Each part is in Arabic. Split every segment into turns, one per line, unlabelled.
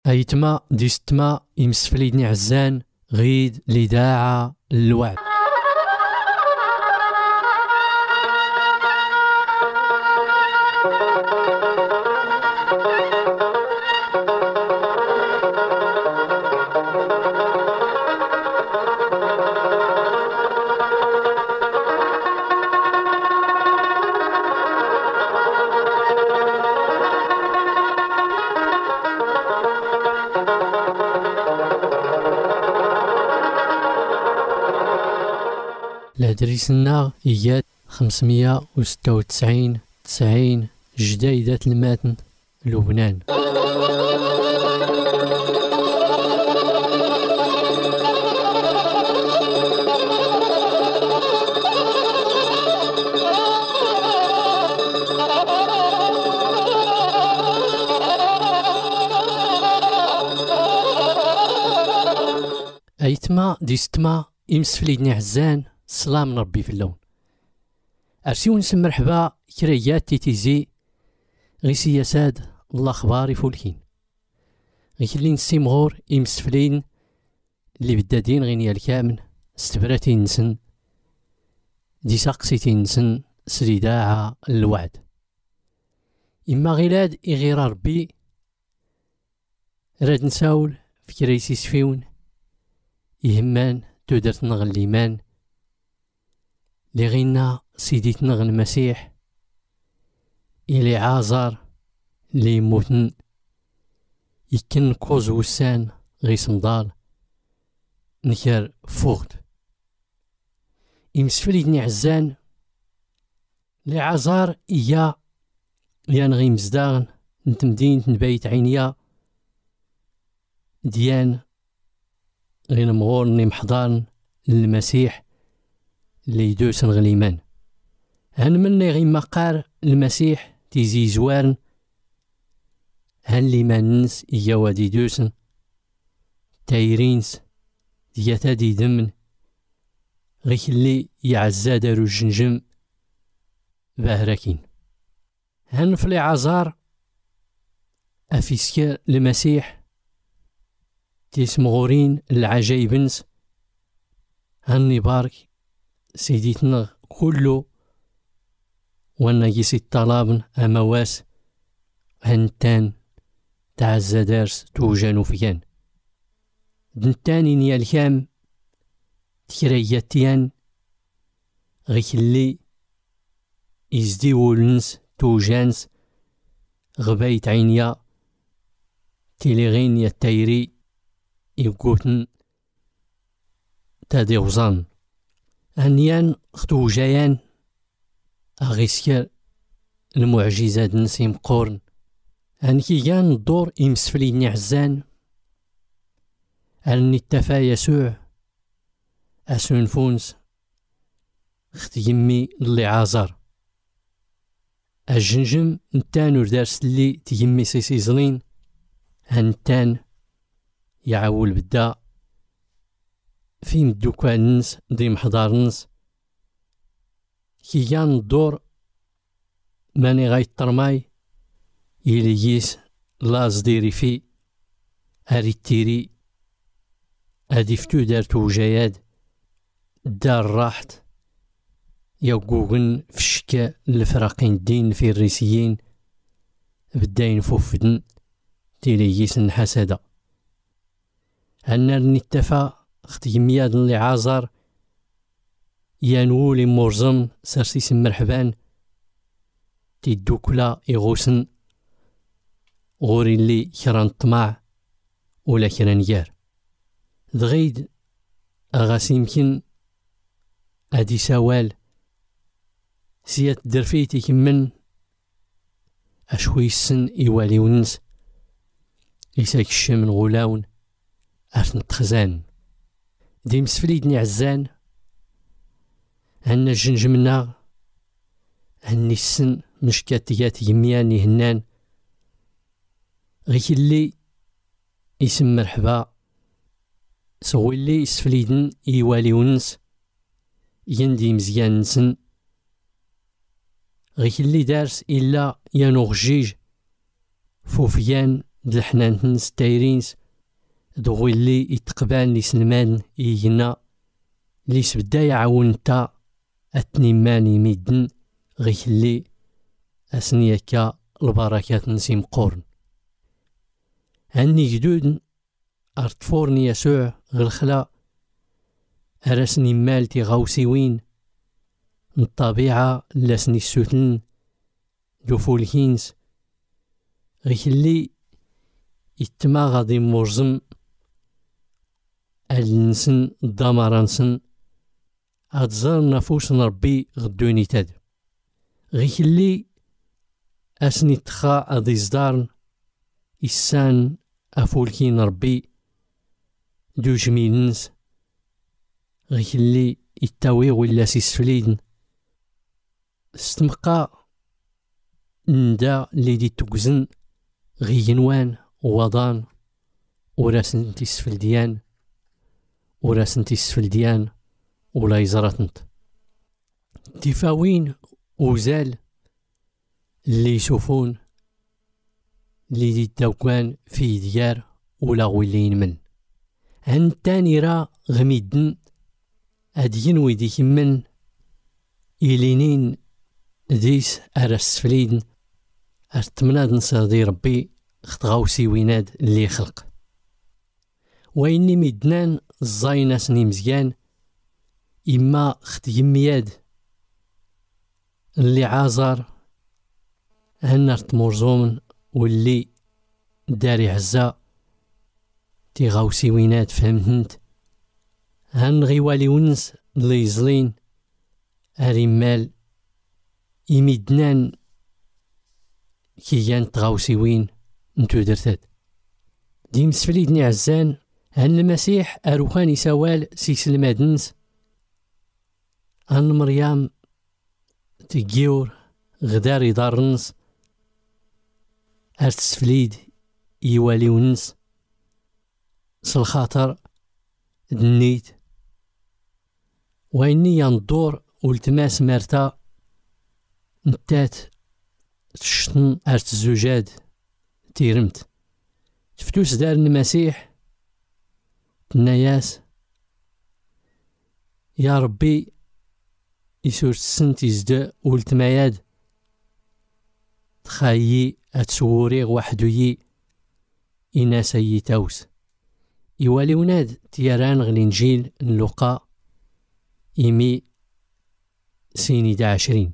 أيتما ديستما يمسفليدني عزان غيد لداعة الوعد. الهدريسنا إيات 596 90 جديدة الماتن لبنان. أيتما ديستما يمسفليدني عزان السلام من ربي في اللون. أرسيو نسم مرحبا كريات تيتيزي غي سياساد الله خباري فولكين غي كلين السيمغور يمسفلين اللي بدادين غينيا الكامن استبراتين نسن دي ساقسيتين نسن سريداعة الوعد. إما غيلاد إغير ربي راد نساول في كريسي سفيون يهمان تودرت نغ الإيمان لي غينا سيديتنا غ المسيح إلي عازر لي يموتن يكن كوز وسان غي سمضال نكر فوغد يمسفليدني عزان لي عازر إيا ليان غي مزداغن نتمدين نبايت عينيا ديان غي نمغور ني محضان للمسيح اللي يدوسن غليمان. هن مني غي مقار المسيح تيزي زوارن هن لي ما ننس إيا وادي دوسن تايرينس دياتا دي دمن غي اللي يعزا دارو الجنجم باهراكين. هن فلي عزار أفيسكا المسيح تيسمغورين العجايبنس هني بارك سيديتنا كله وانا يسي الطلابن امواس هنتان تعزا دارس توجانو فيان دنتاني نيا الكام تكرياتيان غيك اللي يزديو النس توجانس غبايت عينيا تيليغين يا التايري يقوتن تادي غزان هنيان اختو جايان اغيسكر المعجزات نسيم قورن هنكيان الدور يمسفليني عزان هلني التفا يسوع اسون فونس اخت يمي اللي عازر الجنجم نتان وردارس اللي تيمي سيسيزلين هنتان يعاول بدا في مدوكان نس دي محضار نس كيان الدور ماني غايت طرماي يلييس لاز ديري في هاري التيري هادي فتو دارتو جاياد دار راحت يوقوغن في الشكا الفراقين الدين في الريسيين بداين فوفدن تيلييس الحسادة هنا نتفا اخت يمياد اللي عازر يانولي مرزم سرسيس مرحبان تيدوكلا يغوسن غوري اللي كران طمع ولا كران يار دغيد اغاس يمكن ادي سوال سيات درفيتي كمن اشوي السن يوالي ونس يساك الشمن غلاون ارثن تخزان دي مسفليدني عزان هنا الجنجمنا هني السن مشكاتيات يمياني هنان غيك اللي يسم مرحبا سوي اللي يسفليدن يوالي ونس يندي مزيان نسن غيك اللي دارس إلا يانو غجيج فوفيان دلحنان تنس تايرينس دغوي اللي يتقبان لي سلمان يجنا لي سبدا يعاون تا اتنيمان يميدن غيك اللي اسنيكا البركات نسيم قورن هني جدود ارتفورني يسوع غلخلا ارسني مالتي غوسيوين من الطبيعة لاسني السوتن دوفولكينس غيك اللي يتما غادي مرزم النسن الدمرانسن اتزار نفوس ربي غدوني تاد غيك اللي اسني تخا ادي زدارن إسان أفولكين ربي دو جميلنس غيك اللي يتاوي ولا سيسفليدن استمقا ندا اللي دي توكزن غي ينوان ووضان وراسن تيسفل ديان وراسن تيسفل ديان ولا يزراتنت تفاوين وزال اللي يشوفون اللي دي الدوكان في ديار ولا غولين من هن تاني را غميدن ادين ويدي كمن إلينين ديس أرس فليدن ارتمناد نصادي ربي خطغاوسي ويناد اللي خلق وإني ميدنان الزاينة سني مزيان إما خت يمياد اللي عازر هنرت مرزومن واللي داري عزا تيغاوسي وينات فهمتنت هن غيوالي ونس اللي يزلين أريمال يميدنان كيان تغاوسي وين نتو درتاد دي مسفليدني عزان هن المسيح أروخاني سوال سيسلمادنس هن مريم تجيور غداري دارنس أرتسفليد يوالي ونس سالخاطر دنيت وإني يندور والتماس مرتا نتات تشطن أرت الزجاج تيرمت تفتوس دار المسيح تناياس يا ربي يسور السنت يزدا والتماياد تخايي أتسوريغ وحدوي إنا سيتاوس يوالي وناد تيران غلينجيل نلقى إيمي سيني 20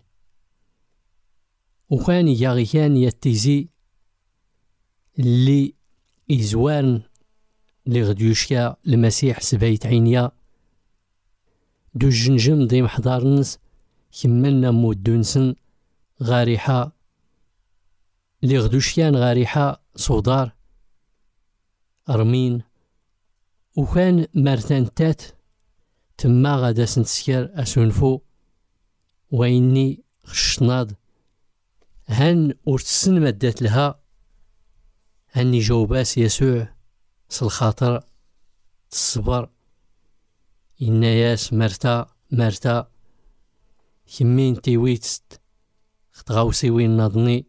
وكان يغيان يتيزي اللي إزوارن لغديوشيا المسيح سبايت عينيا دو الجنجم ديم حضارنس كملنا مودونسن غاريحة لغدوشيان غاريحة صودار أرمين وكان مرتانتات تما غادا سنتسكر أسونفو وإني خشناض هن ورتسن مدات لها هني جاوباس يسوع سالخاطر الصبر إناياس مرتا كمين تيويتست خطغاوسي وين ناضني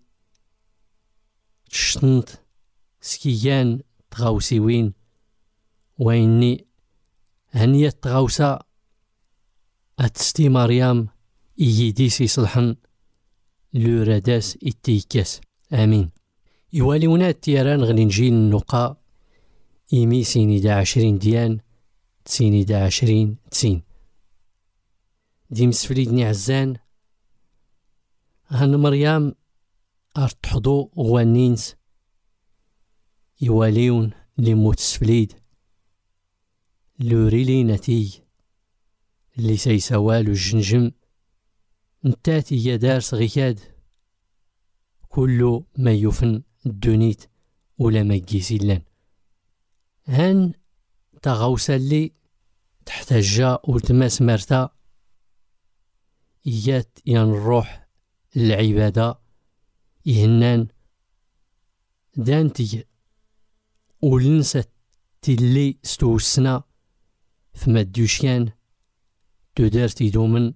تشتنت سكيان تغاوسي وين وإني هنية تغاوسا أتستي مريم إيديسي صلحن لوراداس إتيكاس آمين يوالي ونات تيران غلينجيل النقاء إيمي سيني 20 ديان سيني 20 تسين دي مسفليدني عزان هن مريم أرتحضو غوانينس يواليون لموت سفليد لوريلي نتيج اللي سيسوالو الجنجم نتاتي يدارس غيكاد كل ما يفن الدونيت ولا ما يجيسيلان هان تغوصا اللي تحتاجا والتماس مرتا إيات ينروح العبادة يهنان دانتي ولنسات تلي ستوسنا فما الدوشيان تدار تيدومن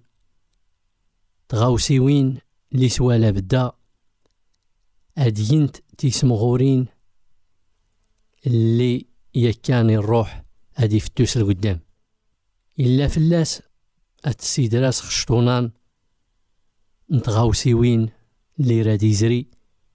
تغاوسيوين لي سوالا بدا أدينت تيسمغورين اللي يكان الروح هادي فتوس لقدام. إلا فلاس السيدراس خشطونان نتغاوسيوين اللي راد يزري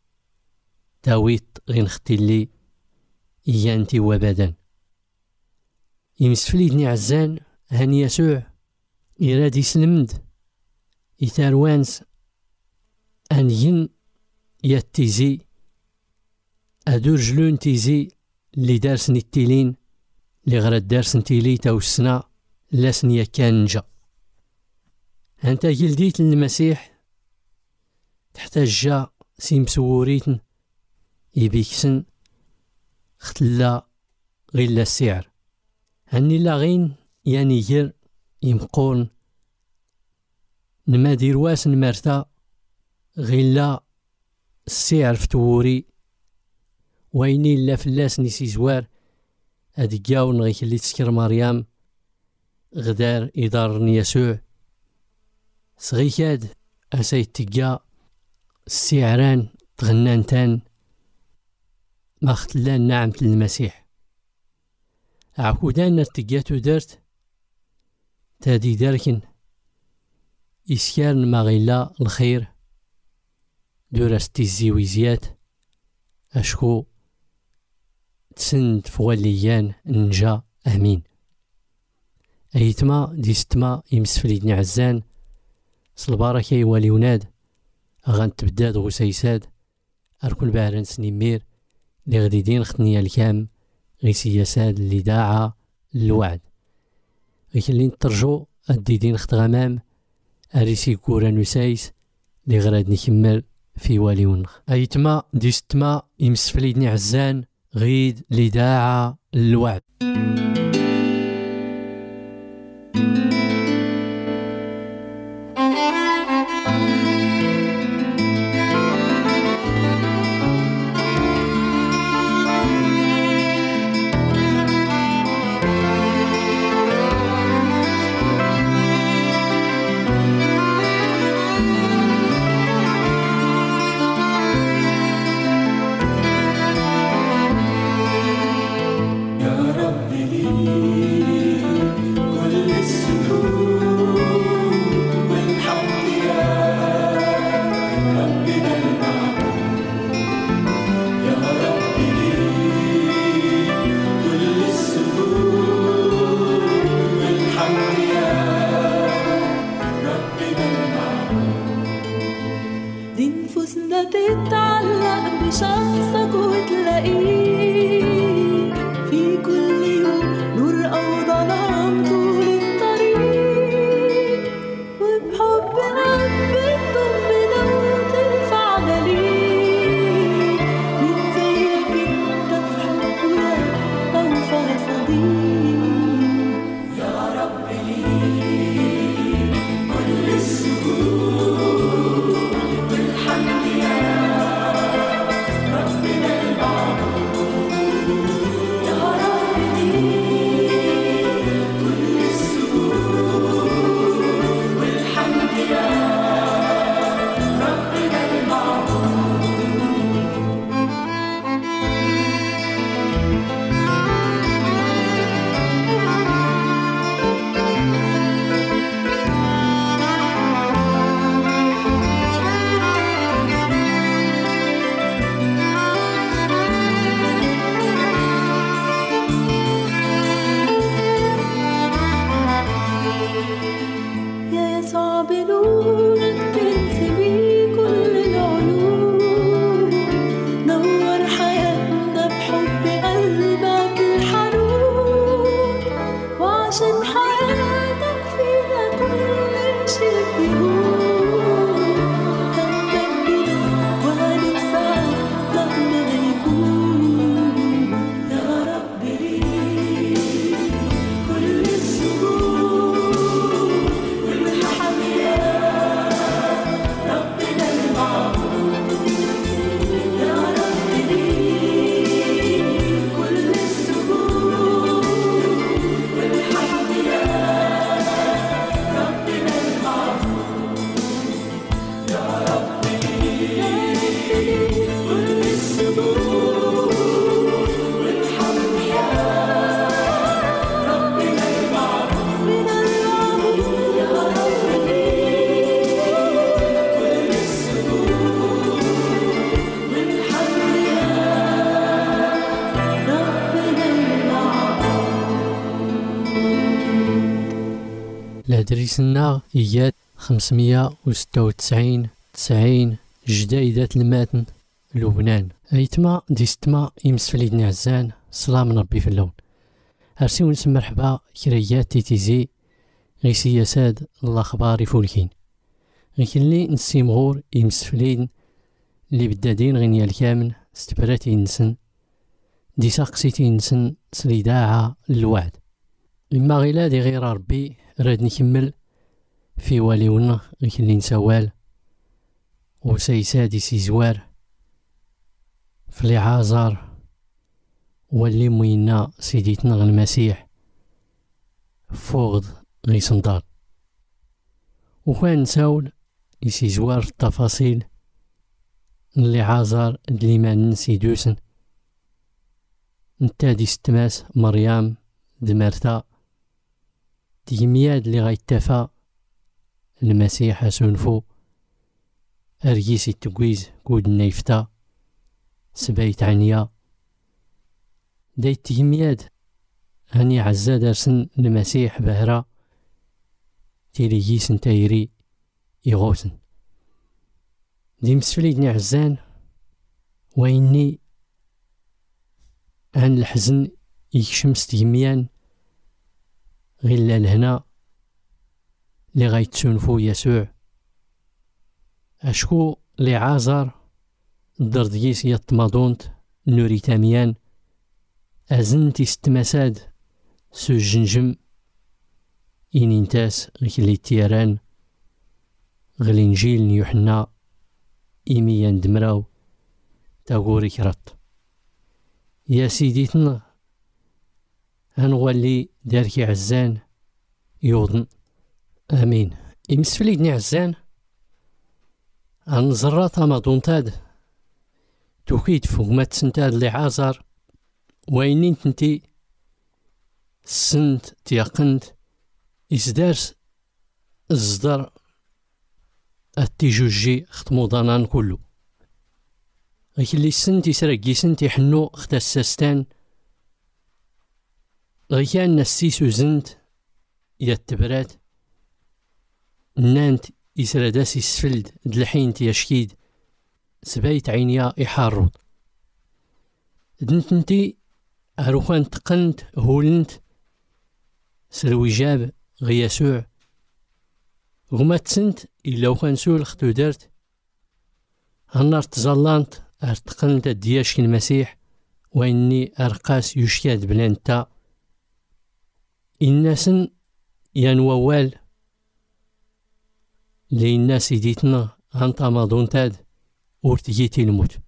تاويت غين ختي اللي إيانتي وبدن يمسفليدني عزان هاني يسوع إراد يسلمد يتاروانس أنين يتيزي أدور جلون تيزي اللي دارسني التيلين اللي غراد دارسن تيلي تاوسنا لاسن يكان نجا. هانتا جلديت المسيح تحتاج جا سيمسوريتن يبيكسن ختلا غير لا السعر هني لا غين يعني جر يمقون نما ديرواس نمرتا غير لا السعر فتوري ويني لا فلاس نسي زوار ادقاون غيك اللي تسكر مريم غدار إدارني يسوع صغيكاد أسايد تقا السعران تغنانتان ما ختلان نعمة المسيح عقودان نرتقاتو درت تادي داركن إسكارن ما غيلا الخير دورستي الزيويزيات أشكو تسند فواليان نجا أمين. أيتما ديستما يمسفليدني عزان صلبارك يوالي وناد أغان تبداد غسيساد أركن بعران سنيمير اللي غدي دين ختنيا الكام غي سياساد اللي داعا الوعد غي اللي نترجو أدي دين خت غمام أريسي كورا نسايس اللي غراد نكمل في والي ونخ. أيتما ديستما يمسفليدني عزان غيد اللي داعا الوعد. دريسنا إيات 596 90 جدايدة الماتن لبنان. أيتما ديستما يمسفليدني عزان سلام ربي في اللون. أرسي ونسم مرحبا كريات تيتيزي غي سياساد الأخبار فولكين غيكلي نسيمغور يمسفلين اللي بدادين غنيا الكامن استبراتي نسن دي ساقسيتي نسن سليداعة الوعد. إما غيلا دي غير ربي راد نكمل في واليونا غيكلي نسوال وسيسادي سيزوار فلي عازر واللي موينا سيديتنا المسيح فوغد غي صندار وكان نساول يسيزوار في التفاصيل اللي عازر اللي ما ننسي دوسن نتا دي ستماس مريم دمرتا تيمياد اللي غيتفا المسيح اسونفو ارجيسي التقويز كود النيفتا سبايت عنيا دايت تيمياد هاني عزا دارسن المسيح بهرا تيليجيسن تايري يغوسن دي مسفليدني عزان ويني عن الحزن يكشمس تيميان غير لهنا اللي غيتسونفو يسوع اشكو لي عازر الدرديس يطمادونت نوري تاميان ازنتي ستمساد سو جنجم إنينتاس غيكلي تيران غلينجيل نيوحنا إيميان دمراو تاغوري كرات يا سيديتنا هنغولي داركي عزان يوضن امين. يمسفليدني عزان عن زرات امادونتاد توكيد فوقمات سنتاد لي عازر وينين تنتي سنت تيقنت إزدارس الزدر التيجوجي ختمو ضنان كله غيكلي سنتي سرقي سنتي حنو اختسستان غيكان نسيسو زنت يتبرات نانت يسرداسي سفلد دلحين تيشكيد سبايت عينيا يحارود دنتنتي هروخان تقنت هولنت سروي جاب غياسوع غما تسنت إلا وخان سول ختو دارت هنار تزالانت ارتقنت دياشك المسيح وإني أرقاس يشكاد بلانتا الناسن ينووال لي الناس يديتنا هانتا مادونتاد ورتجيتي الموت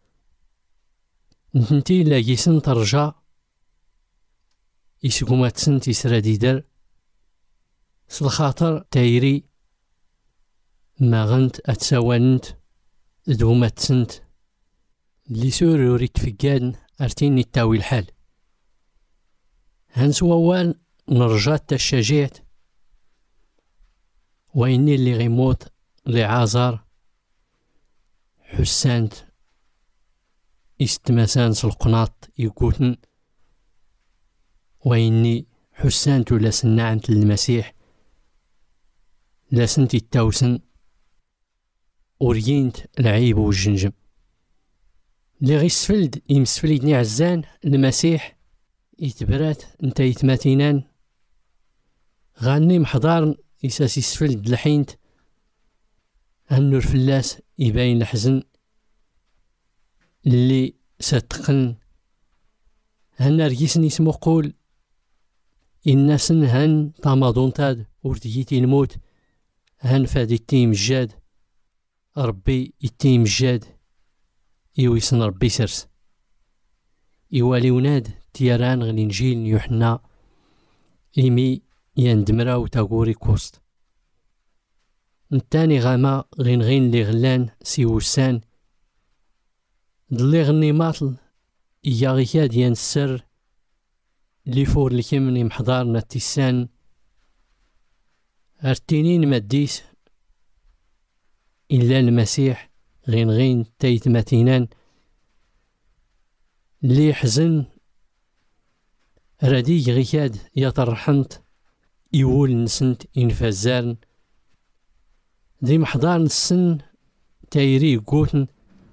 نتنتي لاجيسن ترجع يسقومات سنتي سرادي دار سلخاطر تايري ما غنت اتساوانت دومات سنت اللي سور يريد فقادن ارتيني التاوي الحال هنس ووال نرجات تشجيعت ويني اللي غيموت لي عازر حسانت استمسان سلقناط يقوتن ويني حسانت ولا سنعنت للمسيح لا سنتي التوسن ورينت العيب والجنجم اللي غيسفلد يمسفليدني عزان المسيح يتبرات انت يتماتينان غاني محضار يساسي سفلد لحينت هنور فلاس يباين الحزن اللي ستقن هنرجيسني اسمو قول الناسن هن طامادونتاد ورتجيتي الموت هن فادي التيم الجاد ربي التيم الجاد يويسن ربي سرس يوالي وناد تيران غلينجيل يوحنا إيمي يندمرا وتاغوري كوست نتاني غاما غين لي غلان سيوسان دلي غني ماطل إيا غيكا ديان السر لي فور لكمني محضارنا تيسان ارتينين ماديس إلا المسيح غين تايت ماتينان لي حزن ردي غيكاد يطرحنت يول نسنت إنفازارن دي محضار نسن تايري قوتن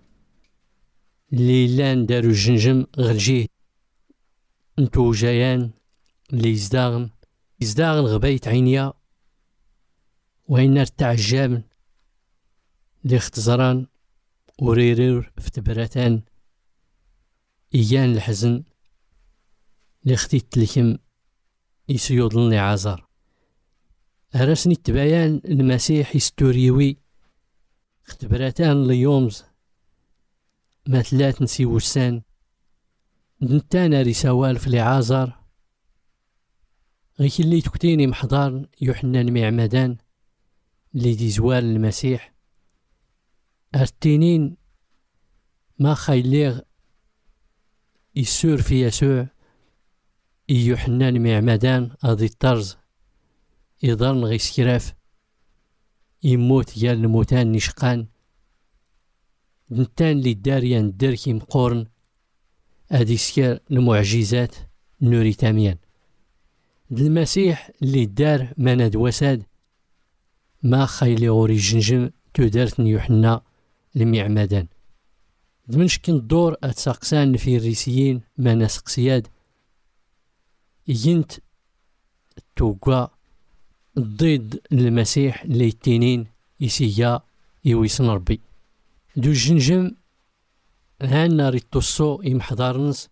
ليلان دارو الجنجم غلجيه انتو جايان اللي يزداغن غبايت عينيا وين ارتعجابن اللي اختزران وريرير في تبراتان إيان الحزن اللي اختيت لكم يسيوضلني عازر هرسني التبايان المسيح يستوريوي اختبراتان ليومز ما ثلاث نسي وسان دنتانا رسوال في العازر غيك اللي تكتيني محضار يوحنان معمدان اللي دي زوال المسيح ارتينين ما خيليغ يسور في يسوع يوحنان معمدان اضي الطرز يضرن غي سكراف يموت يال الموتان نشقان دنتان اللي داريان دركي مقورن ادي سكر المعجزات نوري تاميان المسيح اللي دار مناد وساد ما خيلي غوري جنجم تدارتني يوحنا المعمدان دمنش كنت دور اتساقسان في الريسيين ما نسقسياد ينت توقع ضد المسيح اللي التنين يسيا يويسن ربي دو الجنجم هانا ريتوسو يمحضارنس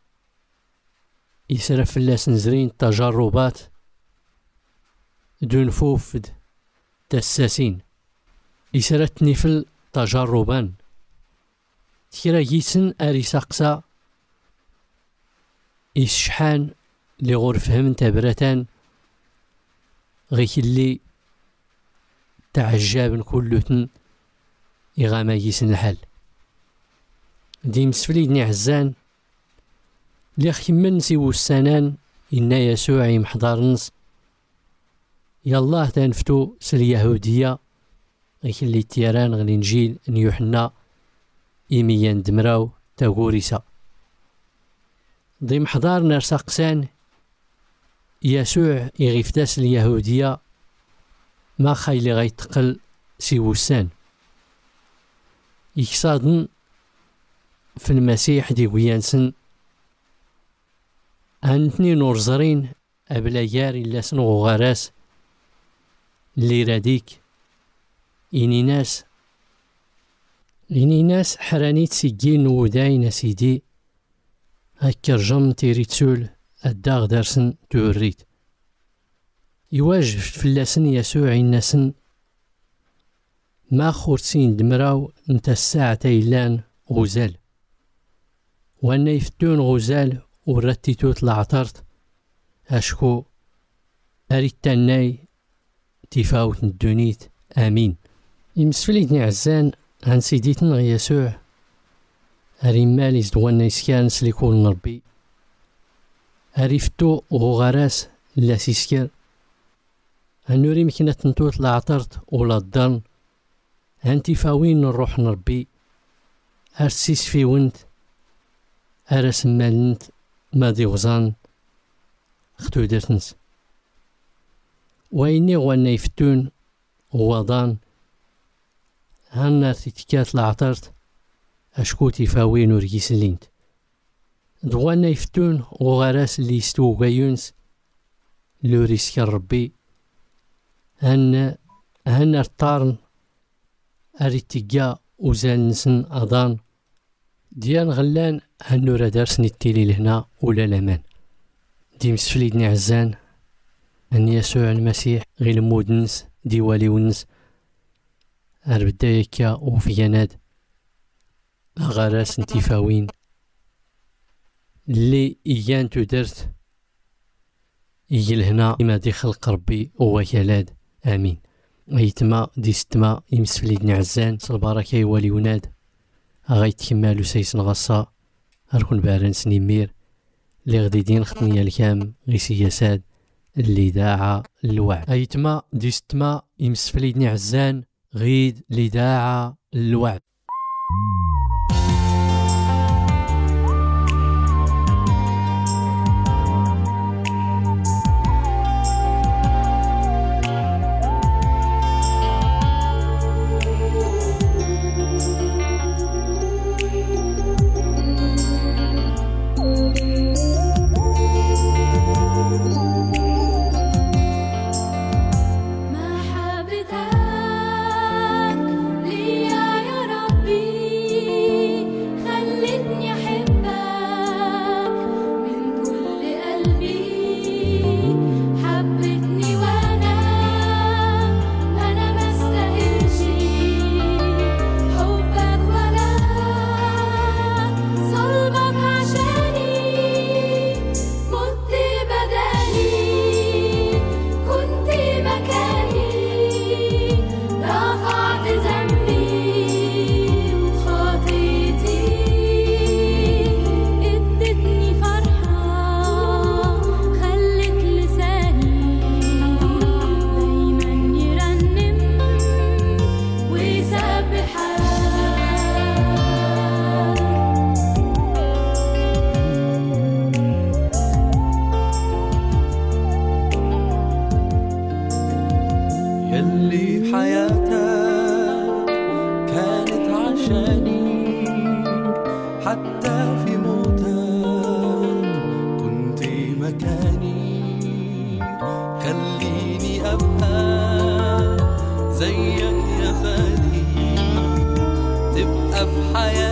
يسرف اللاس نزرين تجربات دون فوفد تساسين يسرتني في التجربان تيرا يسن اريساقسا يشحان لغرفهم تبرتان غيك اللي تعجب كلتن يغاما يسن الحال دي مسفليدني عزان اللي خيمن سيو السنان إنا يسوع يمحضرنس يالله تنفتو ساليهودية غيك اللي تيران غالإنجيل نيوحنا إيميان دمراو تاغوريسا دي محضار نرساقسان يسوع يغيفتاس اليهودية ما خايلي غيتقل سيوسان يكسادن في المسيح دي ويانسن هانتني نورزرين أبلا ياري لاسن غراس اللي راديك إني ناس حرانيت سجين وداين سيدي هكا رجم تيريتسول الداغ دارسن توريت يواجه فلاسن يسوع الناسن ما خورسين دمراو انت الساعة تايلان غزال وانا يفتون غزال ورتيتو طلعترت اشكو اريتاناي تفاوت الدونيت امين يمسفليدني عزان عن سيديتنا يسوع اريمالي زدوانا يسكان سليكون ربي عرفتو غراس لا سيسكر هنوري مكينة تنتوت لعطرت ولا الضن هانتي فاوين نروح نربي ارسيس في ونت ارس مالنت مادي غزان اختو درتنس ويني غوانا يفتون غوضان هانا تتكات لعطرت اشكوتي فاوين ورقيس اللينت دوانا يفتون وغراس اللي يستو غايونس لوريسك ربي هن ارطارن اريتيكا وزان نسن اضان ديان غلان هنورا دارسني التيلي لهنا ولا لامان دي مسفليدني عزان ان يسوع المسيح غير المودنس ديوالي ونس اربدايكا وفياناد غراس انتفاوين اللي إيان تدرت يجي لهنا إما دي خلق ربي ووكالاد آمين غيتما دي ستما يمسفليدني عزان صالبركة يوالي وناد غايت كمالو سيسن غصا هركون بارن سنيمير اللي غدي دين خطنية الكام غي سياساد اللي داعا الوعد غيتما دي ستما يمسفليدني عزان غيد اللي داعا الوعد
يلي حياتك كانت عشاني، حتى في موتك كنت مكاني. خليني أبقى زيك يا فادي، تبقى في حياتي